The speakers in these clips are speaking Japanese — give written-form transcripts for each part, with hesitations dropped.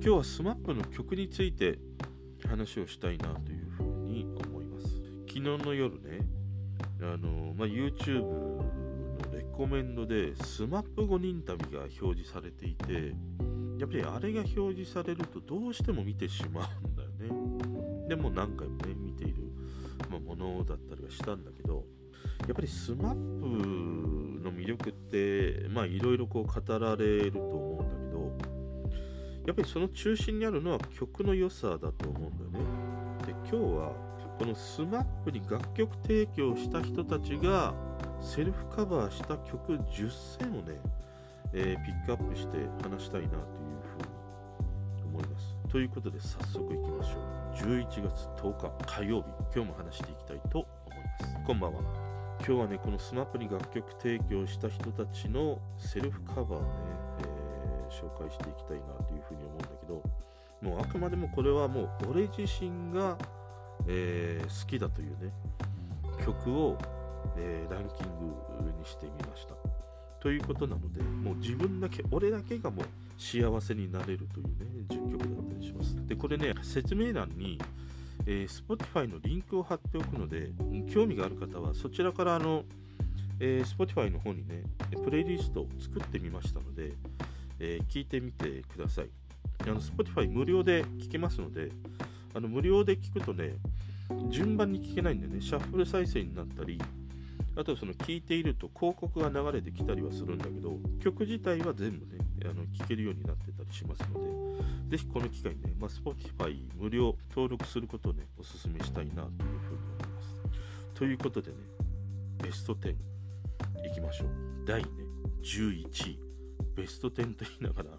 今日はSMAPの曲について話をしたいなというふうに思います。昨日の夜ね、YouTube のレコメンドでSMAP5人旅が表示されていて、やっぱりあれが表示されるとどうしても見てしまうんだよね。でも何回もね見ている、ものだったりはしたんだけど、やっぱりSMAPの魅力っていろいろ語られると思うんだけど、やっぱりその中心にあるのは曲の良さだと思うんだよね。で、今日はこのSMAPに楽曲提供した人たちがセルフカバーした曲10選をね、ピックアップして話したいなというふうに思います。ということで早速いきましょう。11月10日火曜日、今日も話していきたいと思います。こんばんは。今日はね、このSMAPに楽曲提供した人たちのセルフカバーをね、紹介していきたいなというふうに思うんだけど、もうあくまでもこれはもう俺自身が、好きだというね曲を、ランキングにしてみました。ということなので、もう自分だけ、俺だけがもう幸せになれるというね10曲だったりします。で、これね、説明欄に、Spotify のリンクを貼っておくので、興味がある方はそちらからSpotify の方にねプレイリストを作ってみましたので、聞いてみてください。Spotify 無料で聞けますので、無料で聞くとね順番に聞けないんでね、シャッフル再生になったり、あとその聞いていると広告が流れてきたりはするんだけど、曲自体は全部ね聞けるようになってたりしますので、ぜひこの機会にね、Spotify 無料登録することをねお勧めしたいなというふうに思います。ということでね、ベスト10いきましょう。第11位、ベスト10と言いながら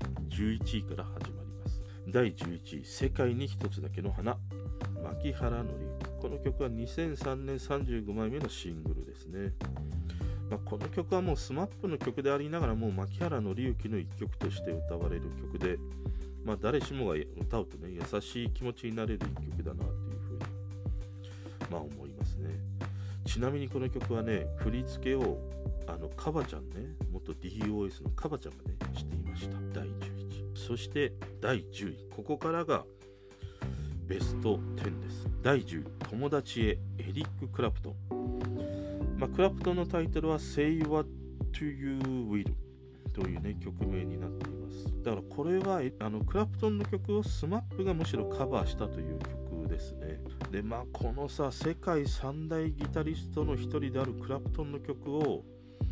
11位から始まります。第11位、世界に一つだけの花、牧原紀之。この曲は2003年35枚目のシングルですね。この曲はもうSMAPの曲でありながら、もう牧原紀之の一曲として歌われる曲で、誰しもが歌うとね優しい気持ちになれる一曲だなというふうに思いますね。ちなみにこの曲はね、振り付けをカバちゃんね、元 DOS のカバちゃんがねしていました。第11位。そして第10位、ここからがベスト10です。第10位、友達へ、エリック・クラプトン。クラプトンのタイトルは Say What You Will というね曲名になっています。だからこれはクラプトンの曲をSMAPがむしろカバーしたという曲ですね。で、この世界三大ギタリストの一人であるクラプトンの曲を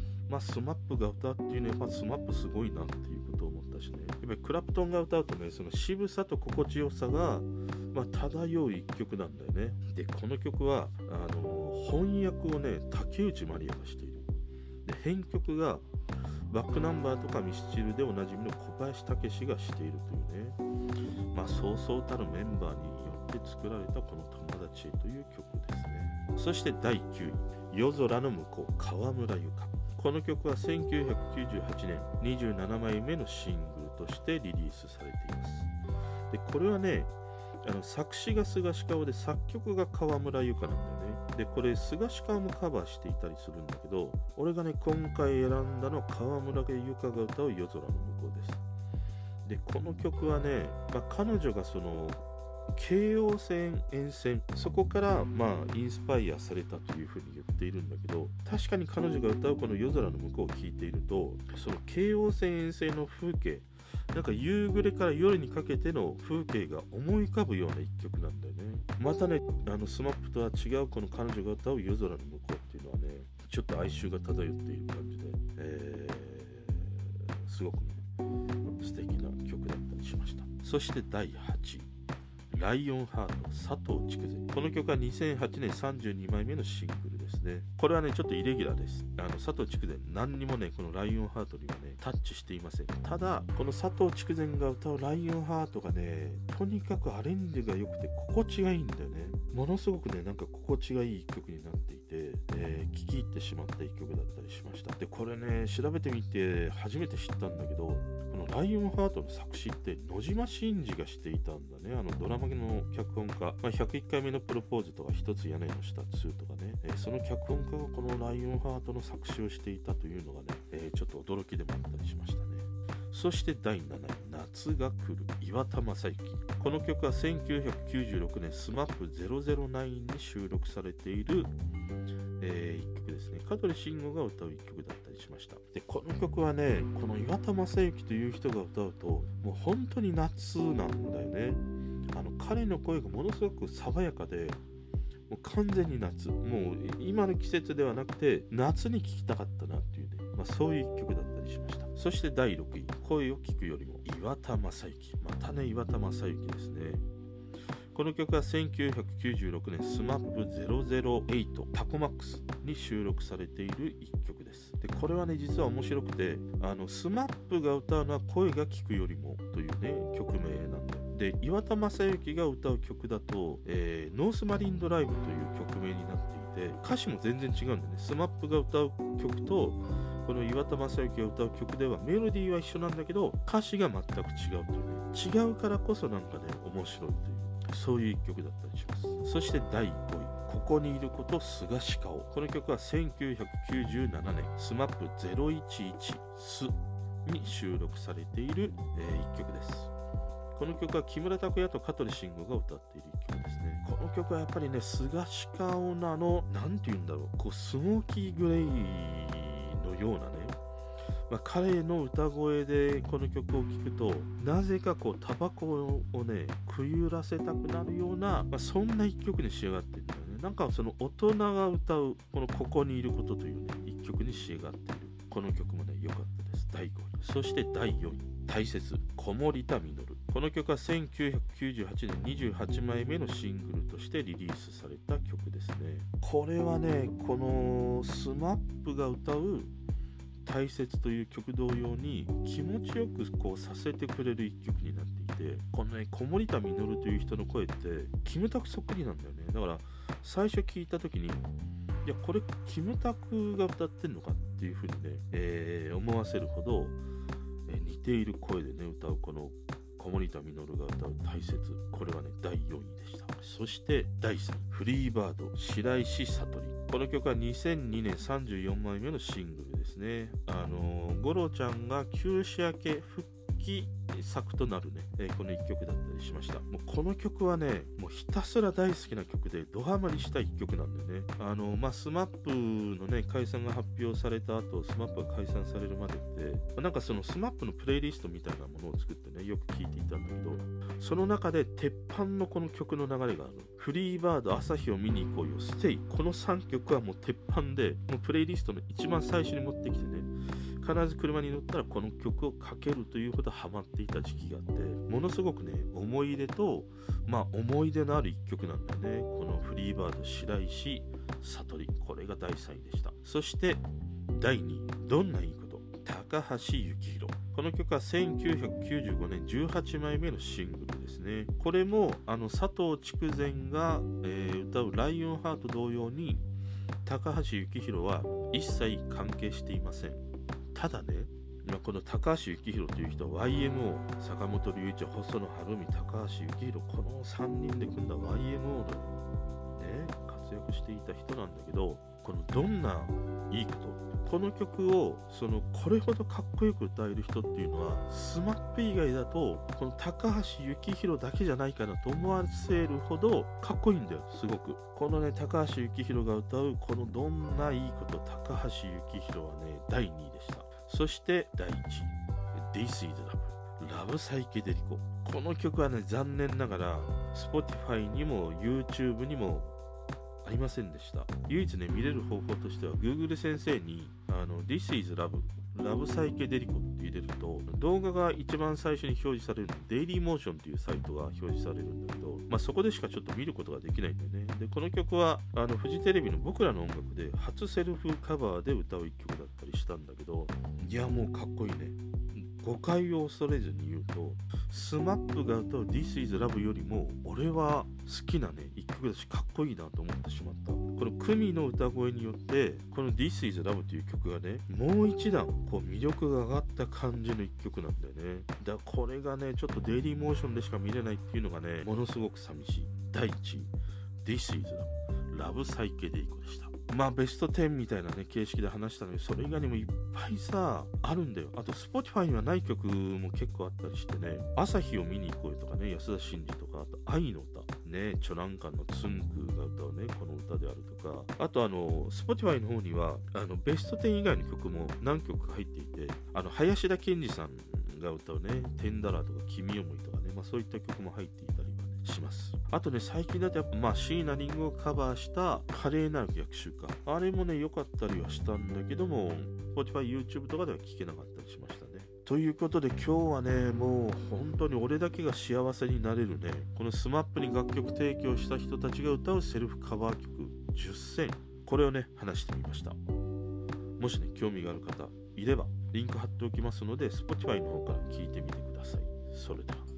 SMAPが歌うっていうのはやっぱSMAPすごいなっていうことを思ったしね。やっぱりクラプトンが歌うとね、その渋さと心地よさが漂う一曲なんだよね。で、この曲は翻訳をね竹内まりやがしている。で、編曲がバックナンバーとかミスチルでおなじみの小林武史がしているというね、そうそうたるメンバーによって作られたこの友達へという曲ですね。そして第9位、夜空の向こう、河村ゆか。この曲は1998年27枚目のシングルとしてリリースされています。で、これはね作詞が菅氏顔で作曲が河村ゆかなんだよね。で、これ菅氏顔もカバーしていたりするんだけど、俺がね今回選んだのは河村ゆかが歌う夜空の向こうです。で、この曲はね、彼女がその京王線沿線、そこからインスパイアされたというふうに言っているんだけど、確かに彼女が歌うこの夜空の向こうを聴いていると、その京王線沿線の風景、夕暮れから夜にかけての風景が思い浮かぶような一曲なんだよね。またね、SMAP とは違うこの彼女が歌う夜空の向こうっていうのはね、ちょっと哀愁が漂っている感じで、すごくね素敵な曲だったりしました。そして第8位、ライオンハート、佐藤筑前。この曲は2008年32枚目のシングルですね。これはねちょっとイレギュラーです。佐藤筑前何にもねこのライオンハートにはねタッチしていません。ただこの佐藤筑前が歌うライオンハートがね、とにかくアレンジが良くて心地がいいんだよね。ものすごくね心地がいい一曲になっていて、聴き入ってしまった一曲だったりしました。で、これね調べてみて初めて知ったんだけど、このライオンハートの作詞って野島伸司がしていたんだね。ドラマの脚本家、101回目のプロポーズとか一つ屋根の下2とかね、その脚本家がこのライオンハートの作詞をしていたというのがね、ちょっと驚きでもあったりしましたね。 そして第7位、夏が来る、岩田正幸。この曲は1996年 SMAP009 に収録されている、一曲ですね。香取慎吾が歌う一曲だったりしました。で、この曲はね、この岩田正幸という人が歌うと、もう本当に夏なんだよね。彼の声がものすごく爽やかで、もう完全に夏、もう今の季節ではなくて夏に聴きたかったなっていうね、そういう一曲だったりしました。そして第6位、声を聞くよりも、岩田正幸。またね、岩田正幸ですね。この曲は1996年 SMAP008 タコマックスに収録されている一曲です。で、これはね、実は面白くて、SMAP が歌うのは声が聞くよりもというね、曲名なんだよ。で、岩田正幸が歌う曲だと、ノースマリンドライブという曲名になっていて、歌詞も全然違うんだよね。SMAP が歌う曲とこの岩田正幸が歌う曲ではメロディーは一緒なんだけど歌詞が全く違うというね、違うからこそなんかね、面白いという、そういう一曲だったりします。そして第5位、ここにいること菅氏顔。この曲は1997年 SMAP011 スに収録されている、一曲です。この曲は木村拓哉と香取慎吾が歌っている一曲ですね。この曲はやっぱりね、菅氏顔のなんていうんだろう、こうスモーキーグレイのようなね、彼の歌声でこの曲を聴くとなぜかこうタバコをねくゆらせたくなるような、そんな一曲に仕上がってるんだよね。なんかその大人が歌うここにいることというね一曲に仕上がっている。この曲もね良かったです。第5位。そして第4位、大切、子守田実。この曲は1998年28枚目のシングルとしてリリースされた曲ですね。これはね、この SMAP が歌う大切という曲同様に気持ちよくこうさせてくれる一曲になっていて、このね、子守田実という人の声ってキムタクそっくりなんだよね。だから最初聞いた時に、いやこれキムタクが歌ってんのかっていう風にね、思わせるほど、似ている声でね歌うこの小森田実が歌う大切、これはね第4位でした。そして第3位、フリーバード、白石悟り。この曲は2002年34枚目のシングルですね。五郎ちゃんが休止明け復帰作となるね、この一曲だったりしました。もうこの曲はね、もうひたすら大好きな曲でドハマりした一曲なんでね。SMAP のね解散が発表された後、SMAP が解散されるまでって、なんかその SMAP のプレイリストみたいなものを作ってね、よく聴いていたんだけど、その中で鉄板のこの曲の流れがある。フリーバード、朝日を見に行こうよ、ステイ、この3曲はもう鉄板で、もうプレイリストの一番最初に持ってきてね、必ず車に乗ったらこの曲をかけるというほどハマっていた時期があって、ものすごくね思い出と思い出のある一曲なんだよね。このフリーバード、白石悟り、これが第3位でした。そして第2位、どんないいこと、高橋幸宏。この曲は1995年18枚目のシングルですね。これも佐藤筑前が、歌うライオンハート同様に高橋幸宏は一切関係していません。ただね、この高橋幸宏という人は YMO、 坂本龍一、細野晴臣、高橋幸宏、この3人で組んだ YMO の、活躍していた人なんだけど、このどんないいこと、この曲をこれほどかっこよく歌える人っていうのは SMAP 以外だとこの高橋幸宏だけじゃないかなと思わせるほどかっこいいんだよ、すごく。このね、高橋幸宏が歌うこのどんないいこと、高橋幸宏はね第2位でした。そして第1位、 This is Love、 ラブサイケデリコ。この曲はね、残念ながら Spotify にも YouTube にもありませんでした。唯一ね見れる方法としては Google 先生にThis is Love、 ラブサイケデリコって入れると動画が一番最初に表示されるの、デイリーモーションというサイトが表示されるんだけど、そこでしかちょっと見ることができないんだよね。でこの曲はフジテレビの僕らの音楽で初セルフカバーで歌う一曲だったりしたんだけど、いやもうかっこいいね。誤解を恐れずに言うと SMAP が歌う This is Love よりも俺は好きなね一曲だし、かっこいいなと思ってしまった。このクミの歌声によってこの This is Love という曲がね、もう一段こう魅力が上がった感じの一曲なんだよね。だからこれがねちょっとデイリーモーションでしか見れないっていうのがね、ものすごく寂しい。第1位 This is Love、 ラブサイケデリコでした。 まあベスト10みたいなね形式で話したのに、それ以外にもいっぱいさあるんだよ。あと Spotify にはない曲も結構あったりしてね、朝日を見に行こうよとかね、安田真二とか、あと愛の歌ね、チョランカンのツンクが歌うねこの歌であるとか、あとSpotify の方にはベスト10以外の曲も何曲か入っていて、林田健二さんが歌うねテンダラーとか君思いとかね、まあそういった曲も入っていたりします。あとね、最近だとやっぱ椎名林檎をカバーした華麗なる逆襲か、あれもね良かったりはしたんだけども、 Spotify、YouTube とかでは聴けなかったりしましたね。ということで今日はね、もう本当に俺だけが幸せになれるね、この SMAP に楽曲提供した人たちが歌うセルフカバー曲10選、これをね話してみました。もしね興味がある方いればリンク貼っておきますので Spotify の方から聞いてみてください。それでは。